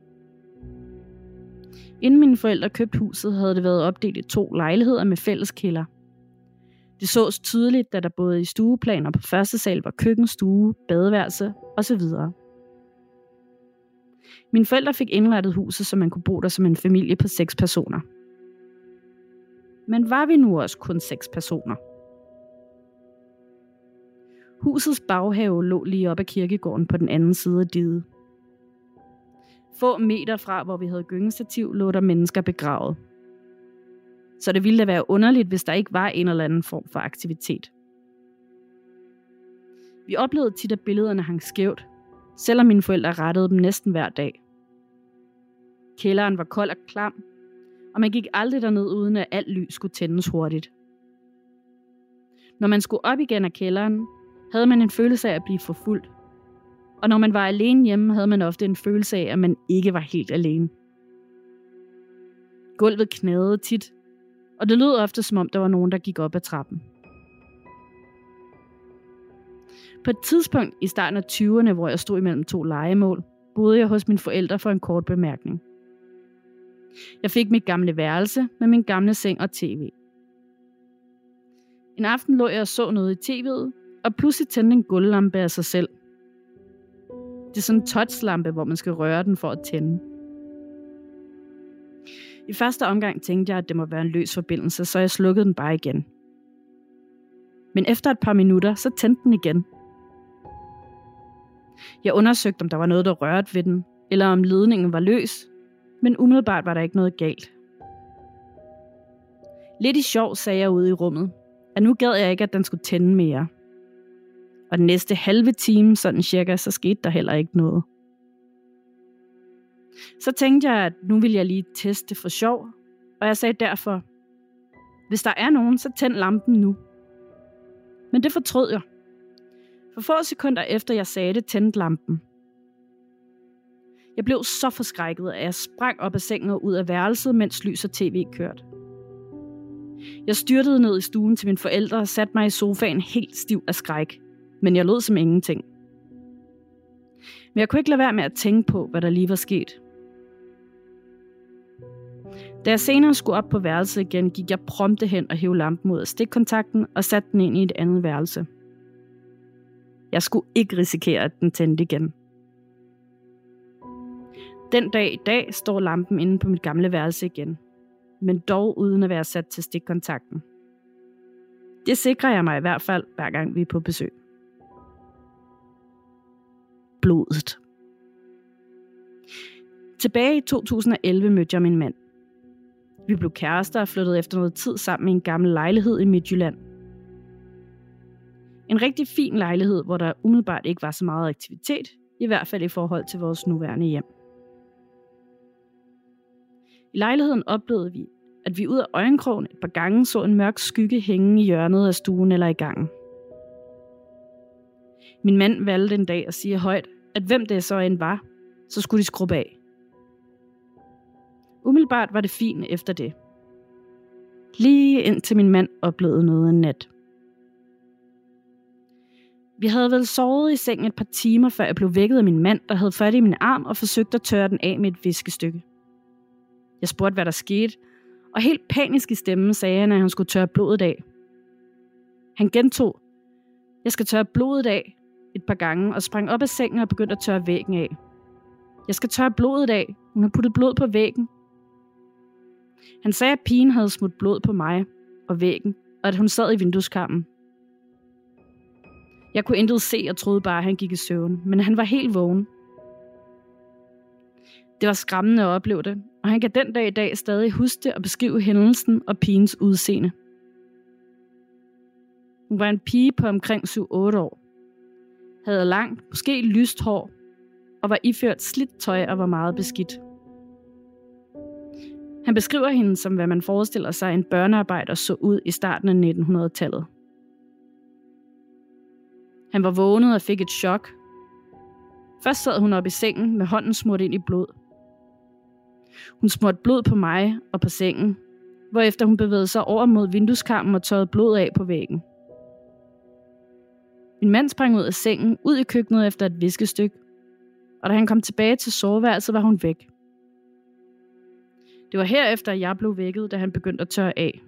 Inden mine forældre købte huset, havde det været opdelt i 2 lejligheder med fælles kælder. Det sås tydeligt, da der både i stueplaner på første sal var køkken, stue, badeværelse osv. Mine forældre fik indrettet huset, så man kunne bo der som en familie på 6 personer. Men var vi nu også kun 6 personer? Husets baghave lå lige op ad kirkegården på den anden side af diget. Få meter fra, hvor vi havde gyngestativ, lå der mennesker begravet. Så det ville da være underligt, hvis der ikke var en eller anden form for aktivitet. Vi oplevede tit, at billederne hang skævt, selvom mine forældre rettede dem næsten hver dag. Kælderen var kold og klam, og man gik aldrig derned, uden at alt lys skulle tændes hurtigt. Når man skulle op igen af kælderen, havde man en følelse af at blive forfulgt. Og når man var alene hjemme, havde man ofte en følelse af, at man ikke var helt alene. Gulvet knagede tit, og det lød ofte, som om der var nogen, der gik op ad trappen. På et tidspunkt i starten af 20'erne, hvor jeg stod imellem 2 lejemål, boede jeg hos mine forældre for en kort bemærkning. Jeg fik mit gamle værelse med min gamle seng og tv. En aften lå jeg og så noget i tv'et, og pludselig tændte en gulvlampe af sig selv. Det er sådan en touchlampe, hvor man skal røre den for at tænde. I første omgang tænkte jeg, at det må være en løs forbindelse, så jeg slukkede den bare igen. Men efter et par minutter, så tændte den igen. Jeg undersøgte, om der var noget, der rørte ved den, eller om ledningen var løs, men umiddelbart var der ikke noget galt. Lidt i sjov sagde jeg ude i rummet, at nu gad jeg ikke, at den skulle tænde mere. Og den næste halve time, sådan cirka, så skete der heller ikke noget. Så tænkte jeg, at nu ville jeg lige teste for sjov, og jeg sagde derfor, hvis der er nogen, så tænd lampen nu. Men det fortrød jeg. For få sekunder efter jeg sagde det, tændte lampen. Jeg blev så forskrækket, at jeg sprang op af sengen og ud af værelset, mens lys og tv kørte. Jeg styrtede ned i stuen til mine forældre og satte mig i sofaen helt stiv af skræk, men jeg lød som ingenting. Men jeg kunne ikke lade være med at tænke på, hvad der lige var sket. Da jeg senere skulle op på værelset igen, gik jeg prompte hen og hævde lampen ud af stikkontakten og satte den ind i et andet værelse. Jeg skulle ikke risikere, at den tændte igen. Den dag i dag står lampen inde på mit gamle værelse igen, men dog uden at være sat til stikkontakten. Det sikrer jeg mig i hvert fald, hver gang vi er på besøg. Blodet. Tilbage i 2011 mødte jeg min mand. Vi blev kærester og flyttede efter noget tid sammen i en gammel lejlighed i Midtjylland. En rigtig fin lejlighed, hvor der umiddelbart ikke var så meget aktivitet, i hvert fald i forhold til vores nuværende hjem. I lejligheden oplevede vi, at vi ud af øjenkrogen et par gange så en mørk skygge hænge i hjørnet af stuen eller i gangen. Min mand valgte en dag at sige højt, at hvem det så end var, så skulle de skrubbe af. Umiddelbart var det fint efter det. Lige indtil min mand oplevede noget en nat. Vi havde vel sovet i sengen et par timer, før jeg blev vækket af min mand, der havde fat i min arm og forsøgte at tørre den af med et viskestykke. Jeg spurgte, hvad der skete, og helt panisk i stemmen sagde han, at han skulle tørre blodet af. Han gentog, jeg skal tørre blodet af, et par gange, og sprang op af sengen og begyndte at tørre væggen af. Jeg skal tørre blodet af. Hun har puttet blod på væggen. Han sagde, at pigen havde smurt blod på mig og væggen, og at hun sad i vindueskarmen. Jeg kunne intet se og troede bare, at han gik i søvn, men han var helt vågen. Det var skræmmende at opleve det, og han kan den dag i dag stadig huske det og beskrive hændelsen og pigens udseende. Hun var en pige på omkring 7-8 år. Havde langt, måske lyst hår, og var iført slidt tøj og var meget beskidt. Han beskriver hende som, hvad man forestiller sig, en børnearbejder så ud i starten af 1900-tallet. Han var vågnet og fik et chok. Først sad hun op i sengen med hånden smurt ind i blod. Hun smurte blod på mig og på sengen, hvorefter hun bevægede sig over mod vindueskarmen og tørrede blod af på væggen. Min mand sprang ud af sengen, ud i køkkenet efter et viskestykke, og da han kom tilbage til soveværelset, var hun væk. Det var herefter, jeg blev vækket, da han begyndte at tørre af.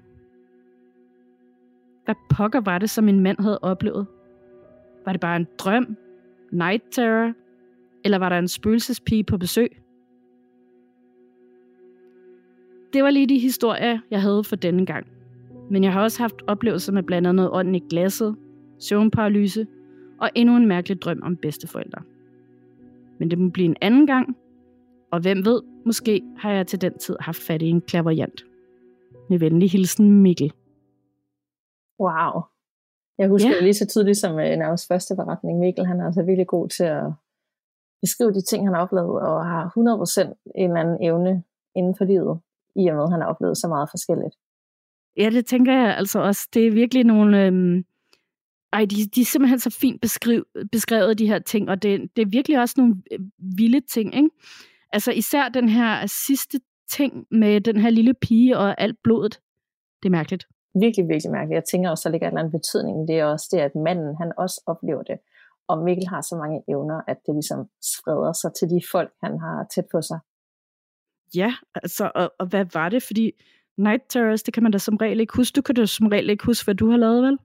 Hvad pokker var det, som min mand havde oplevet? Var det bare en drøm? Night terror? Eller var der en spøgelsespige på besøg? Det var lige de historier, jeg havde for denne gang. Men jeg har også haft oplevelser med blandt andet ånden i glasset, søvnparalyse og endnu en mærkelig drøm om bedsteforældre. Men det må blive en anden gang, og hvem ved, måske har jeg til den tid haft fat i en clairvoyant. Med venlig hilsen, Mikkel. Wow. Jeg husker det lige så tydeligt som Navs første beretning. Mikkel, han er altså virkelig god til at beskrive de ting, han har oplevet, og har 100% en eller anden evne inden for livet, i og med, at han har oplevet så meget forskelligt. Ja, det tænker jeg altså også. Det er virkelig nogle... de er simpelthen så fint beskrevet, de her ting, og det er virkelig også nogle vilde ting, ikke? Altså især den her sidste ting med den her lille pige og alt blodet. Det er mærkeligt. Virkelig, virkelig mærkeligt. Jeg tænker også, at der ligger en eller anden betydning. Det er også det, at manden, han også oplever det. Og Mikkel har så mange evner, at det ligesom spreder sig til de folk, han har tæt på sig. Ja, altså, og hvad var det? Fordi Night Terrors, det kan man da som regel ikke huske. Du kan da som regel ikke huske, hvad du har lavet, vel?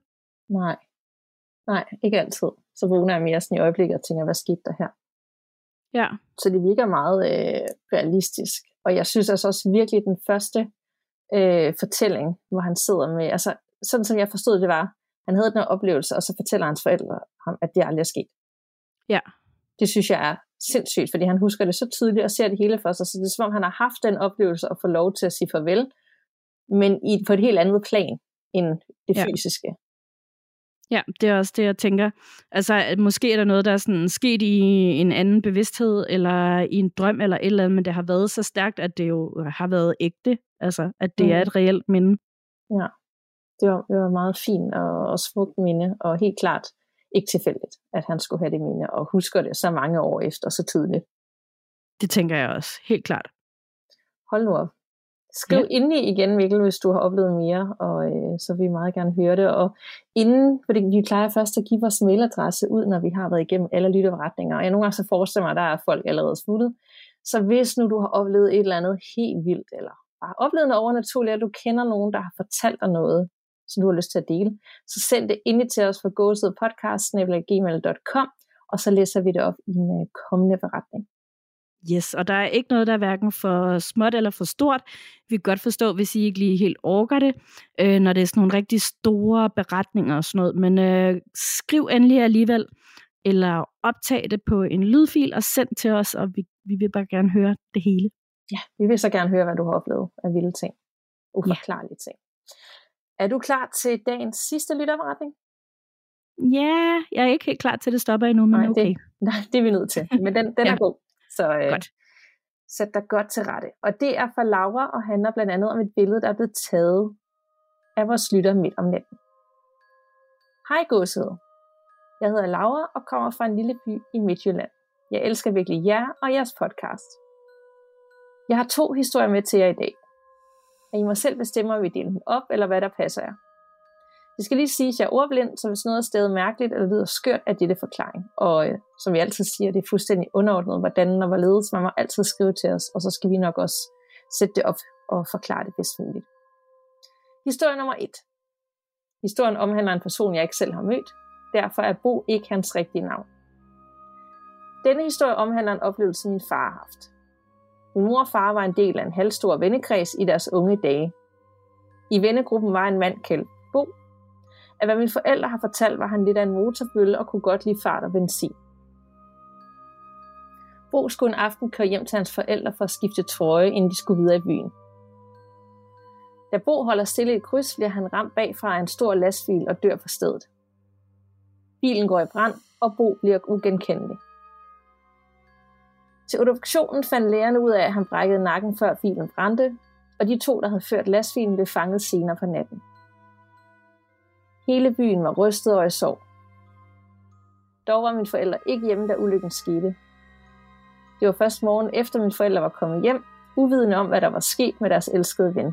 Nej, ikke altid. Så vågner jeg mere sådan i øjeblikket og tænker, hvad skete der her? Ja. Så det virker meget realistisk. Og jeg synes altså også virkelig, den første fortælling, hvor han sidder med, altså sådan som jeg forstod det var, han havde den her oplevelse, og så fortæller hans forældre ham, at det aldrig er sket. Ja. Det synes jeg er sindssygt, fordi han husker det så tydeligt og ser det hele for sig, så det er som om han har haft den oplevelse og får lov til at sige farvel, men på et helt andet plan end det fysiske. Ja, det er også det, jeg tænker. Altså, måske er der noget, der er sådan sket i en anden bevidsthed, eller i en drøm, eller et eller andet, men det har været så stærkt, at det jo har været ægte. Altså, at det er et reelt minde. Ja, det var meget fint og smukt minde, og helt klart ikke tilfældigt, at han skulle have det minde, og husker det så mange år efter, så tydeligt. Det tænker jeg også, helt klart. Hold nu op. Skriv indeni igen, Mikkel, hvis du har oplevet mere, og så vil vi meget gerne høre det. Og inden, fordi vi plejer først at give vores mailadresse ud, når vi har været igennem alle lytteberetninger, og jeg nogle gange så forestiller mig, at der er folk allerede smuttet. Så hvis nu du har oplevet et eller andet helt vildt, eller bare oplevet noget overnaturligt, og du kender nogen, der har fortalt dig noget, som du har lyst til at dele, så send det endelig til os på gåsehudpodcast@gmail.com, og så læser vi det op i en kommende beretning. Yes, og der er ikke noget, der er hverken for småt eller for stort. Vi kan godt forstå, hvis I ikke lige helt orker det, når det er sådan nogle rigtig store beretninger og sådan noget. Men skriv endelig alligevel, eller optag det på en lydfil og send til os, og vi vil bare gerne høre det hele. Ja, vi vil så gerne høre, hvad du har oplevet af vilde ting. Uforklarlige ting. Er du klar til dagens sidste lytterberetning? Ja, jeg er ikke helt klar til, det stopper endnu, men okay. Det er vi nødt til, men den er god. Så godt. Sæt dig godt til rette. Og det er fra Laura, og handler blandt andet om et billede, der er blevet taget af vores lytter midt om natten. Hej gåsehud. Jeg hedder Laura og kommer fra en lille by i Midtjylland. Jeg elsker virkelig jer og jeres podcast. Jeg har 2 historier med til jer i dag. Og I må selv bestemme, om vi deler dem op, eller hvad der passer jer. Det skal lige sige, at jeg er ordblind, så hvis noget er stadig mærkeligt eller lyder skørt, er det forklaring. Og som vi altid siger, det er fuldstændig underordnet, hvordan og hvorledes. Man må altid skrive til os, og så skal vi nok også sætte det op og forklare det bedst muligt. Historie nummer 1. Historien omhandler en person, jeg ikke selv har mødt. Derfor er Bo ikke hans rigtige navn. Denne historie omhandler en oplevelse, min far har haft. Min mor og far var en del af en halvstor vennekreds i deres unge dage. I vennegruppen var en mand kaldt Bo. Af hvad mine forældre har fortalt, var han lidt af en motorbølle og kunne godt lide fart og benzin. Bo skulle en aften køre hjem til hans forældre for at skifte trøje, inden de skulle videre i byen. Da Bo holder stille i et kryds, bliver han ramt bagfra af en stor lastbil og dør på stedet. Bilen går i brand, og Bo bliver ugenkendelig. Til obduktionen fandt lægerne ud af, at han brækkede nakken, før bilen brændte, og de 2, der havde ført lastbilen, blev fanget senere på natten. Hele byen var rystet og i sorg. Dog var mine forældre ikke hjemme, da ulykken skete. Det var først morgen efter mine forældre var kommet hjem, uvidende om, hvad der var sket med deres elskede ven.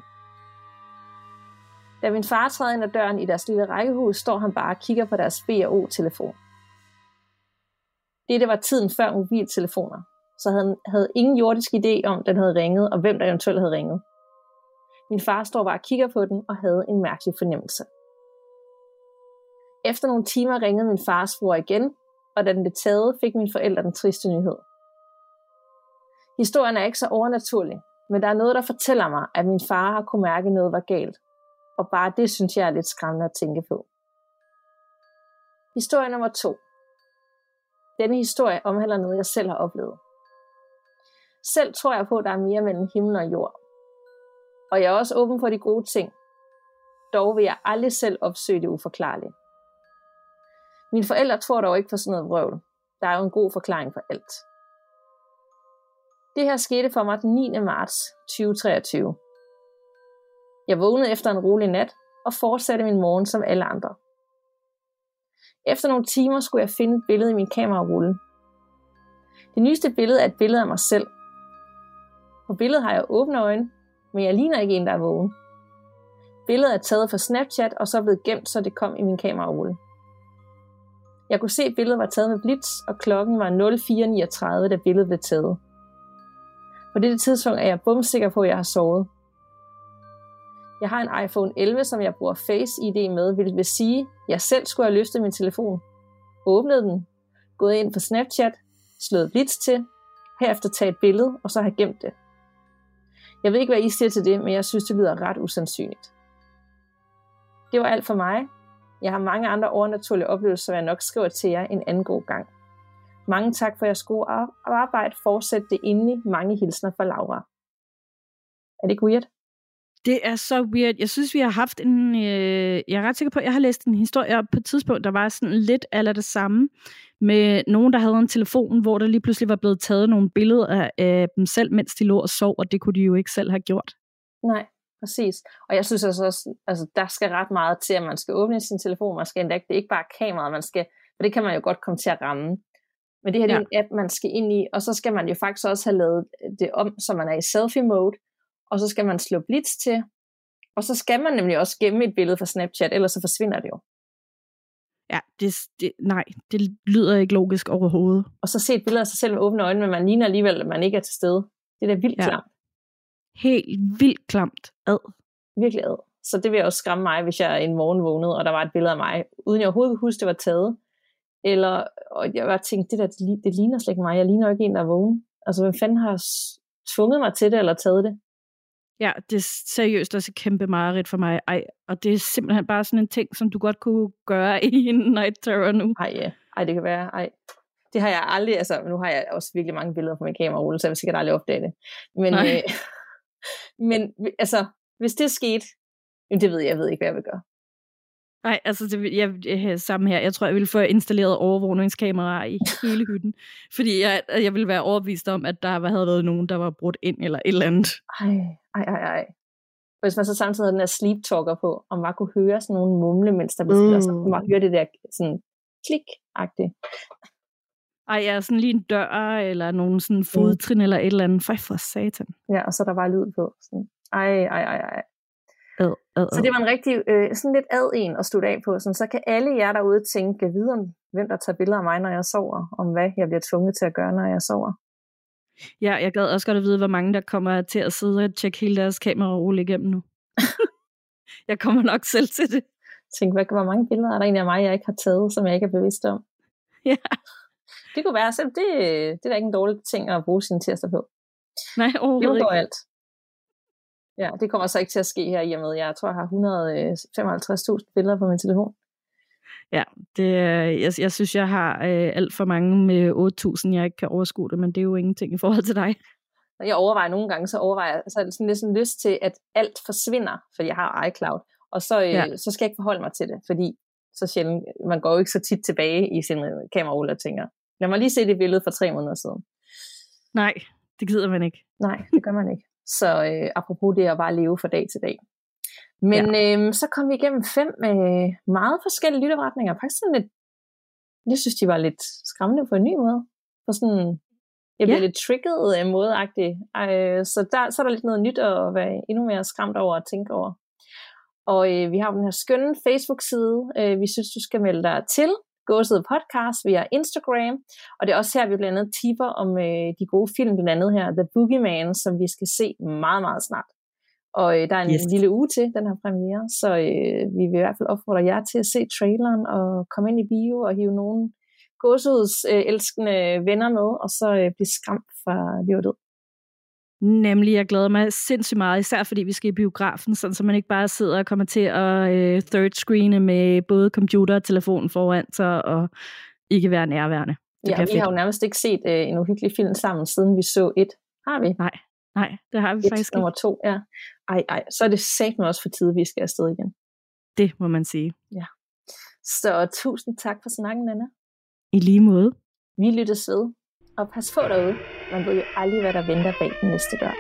Da min far træder ind ad døren i deres lille rækkehus, står han bare og kigger på deres B&O-telefon. Dette var tiden før mobiltelefoner, så han havde ingen jordisk idé om, den havde ringet, og hvem der eventuelt havde ringet. Min far står bare og kigger på den, og havde en mærkelig fornemmelse. Efter nogle timer ringede min fars bror igen, og da den blev taget, fik mine forældre den triste nyhed. Historien er ikke så overnaturlig, men der er noget, der fortæller mig, at min far har kunne mærke, at noget var galt. Og bare det synes jeg er lidt skræmmende at tænke på. Historie nummer 2. Denne historie omhandler noget, jeg selv har oplevet. Selv tror jeg på, at der er mere mellem himmel og jord. Og jeg er også åben for de gode ting. Dog vil jeg aldrig selv opsøge det uforklarlige. Mine forældre tror dog ikke på sådan noget vrøvl. Der er jo en god forklaring for alt. Det her skete for mig den 9. marts 2023. Jeg vågnede efter en rolig nat og fortsatte min morgen som alle andre. Efter nogle timer skulle jeg finde et billede i min kamerarulle. Det nyeste billede er et billede af mig selv. På billedet har jeg åbne øjne, men jeg ligner ikke en, der er vågen. Billedet er taget fra Snapchat og så blevet gemt, så det kom i min kamerarulle. Jeg kunne se, at billedet var taget med blitz, og klokken var 04:39, da billedet blev taget. På dette tidspunkt er jeg bumsikker på, at jeg har sovet. Jeg har en iPhone 11, som jeg bruger Face ID med, hvilket vil sige, at jeg selv skulle have løftet min telefon, åbnet den, gået ind på Snapchat, slået blitz til, herefter taget et billede, og så have gemt det. Jeg ved ikke, hvad I siger til det, men jeg synes, det lyder ret usandsynligt. Det var alt for mig. Jeg har mange andre overnaturlige oplevelser, som jeg nok skriver til jer en anden god gang. Mange tak for jeres gode arbejde. Fortsæt det endelig. Mange hilsner fra Laura. Er det ikke weird? Det er så weird. Jeg synes, vi har haft en... jeg er ret sikker på, at jeg har læst en historie op på et tidspunkt, der var sådan lidt eller det samme, med nogen, der havde en telefon, hvor der lige pludselig var blevet taget nogle billeder af dem selv, mens de lå og sov, og det kunne de jo ikke selv have gjort. Nej, præcis. Og jeg synes også, altså, der skal ret meget til, at man skal åbne sin telefon. Man skal endda, det er ikke bare kameraet, man skal... For det kan man jo godt komme til at ramme. Men det her det er en app, man skal ind i, og så skal man jo faktisk også have lavet det om, så man er i selfie-mode, og så skal man slå blitz til, og så skal man nemlig også gemme et billede fra Snapchat, ellers så forsvinder det jo. Ja, det lyder ikke logisk overhovedet. Og så se et billede af sig selv med åbne øjne, men man ligner alligevel, at man ikke er til stede. Det er da vildt klamt. helt vildt klamt ad. Virkelig ad. Så det vil også skræmme mig, hvis jeg en morgen vågnede, og der var et billede af mig, uden jeg overhovedet kunne huske, det var taget. Eller, og jeg bare tænkte, det ligner slet ikke mig. Jeg ligner jo ikke en, der er vågen. Altså, hvem fanden har tvunget mig til det, eller taget det? Ja, det er seriøst også et kæmpe mareridt for mig. Og det er simpelthen bare sådan en ting, som du godt kunne gøre i en Night Terror nu. Ej, det kan være. Ej. Det har jeg aldrig, altså nu har jeg også virkelig mange billeder på min kamerarulle, så jeg vil sikkert aldrig opdage det. Men altså, hvis det skete, det ved jeg ved ikke, hvad jeg vil gøre. Nej, altså samme her. Jeg tror, jeg ville få installeret overvågningskameraer i hele hytten. Fordi jeg ville være overbevist om, at der havde været nogen, der var brudt ind eller et eller andet. Ej. Hvis man så samtidig havde den der sleep talker på, og man kunne høre sådan nogle mumle, mens der blev spillet, så kunne man høre det der sådan klik-agtigt. Ej, ja, sådan lige en dør, eller nogen sådan fodtrin, eller et eller andet. Fej for satan. Ja, og så er der bare lyd på. Sådan. Ej. Så det var en rigtig, sådan lidt ad en at slutte af på. Sådan, så kan alle jer derude tænke videre om, hvem der tager billeder af mig, når jeg sover, om hvad jeg bliver tvunget til at gøre, når jeg sover. Ja, jeg gad også godt at vide, hvor mange der kommer til at sidde og tjekke hele deres kamerarulle igennem nu. Jeg kommer nok selv til det. Tænk, hvor mange billeder er der egentlig af mig, jeg ikke har taget, som jeg ikke er bevidst om? Ja. Det kunne være, selv det er da ikke en dårlig ting at bruge sine tirsdag på. Nej, overhovedet ikke. Alt. Ja, det kommer så ikke til at ske her i og med. Jeg tror, jeg har 155.000 billeder på min telefon. Ja, jeg synes, jeg har alt for mange med 8.000, jeg ikke kan overskue det, men det er jo ingenting i forhold til dig. Jeg overvejer nogle gange, så er sådan lidt sådan lyst til, at alt forsvinder, fordi jeg har iCloud, og så skal jeg ikke forholde mig til det, fordi så sjældent, man går jo ikke så tit tilbage i sin kamerarulle og tænker, lad mig lige se det billede for 3 måneder siden. Nej, det gider man ikke. Nej, det gør man ikke. Så apropos det at bare leve fra dag til dag. Men så kom vi igennem 5 meget forskellige lytteretninger. Faktisk sådan lidt, jeg synes, de var lidt skræmmende på en ny måde. På sådan, jeg bliver lidt trigget mådeagtigt. Så er der lidt noget nyt at være endnu mere skræmt over at tænke over. Og vi har den her skønne Facebook-side. Vi synes, du skal melde dig til. Gåsede podcast via Instagram, og det er også her, vi blandt andet tipper om de gode film, blandt andet her, The Boogeyman, som vi skal se meget, meget snart. Og der er en lille uge til den her premiere, så vi vil i hvert fald opfordre jer til at se traileren, og komme ind i bio, og hive nogle gåsehudselskende venner med, og så blive skræmt fra liv og død. Nemlig, jeg glæder mig sindssygt meget, især fordi vi skal i biografen, sådan, så man ikke bare sidder og kommer til at third screene med både computer og telefon foran sig, og ikke være nærværende. Vi har jo nærmest ikke set en uhyggelig film sammen, siden vi så 1. Har vi? Nej, det har vi faktisk ikke. Nummer 2, ja. Ej, så er det satme også for tid, vi skal afsted igen. Det må man sige. Ja. Så tusind tak for snakken, Anna. I lige måde. Vi lyttes ved. Og pas på derude. Man ved jo aldrig, hvad der venter bag den næste dør.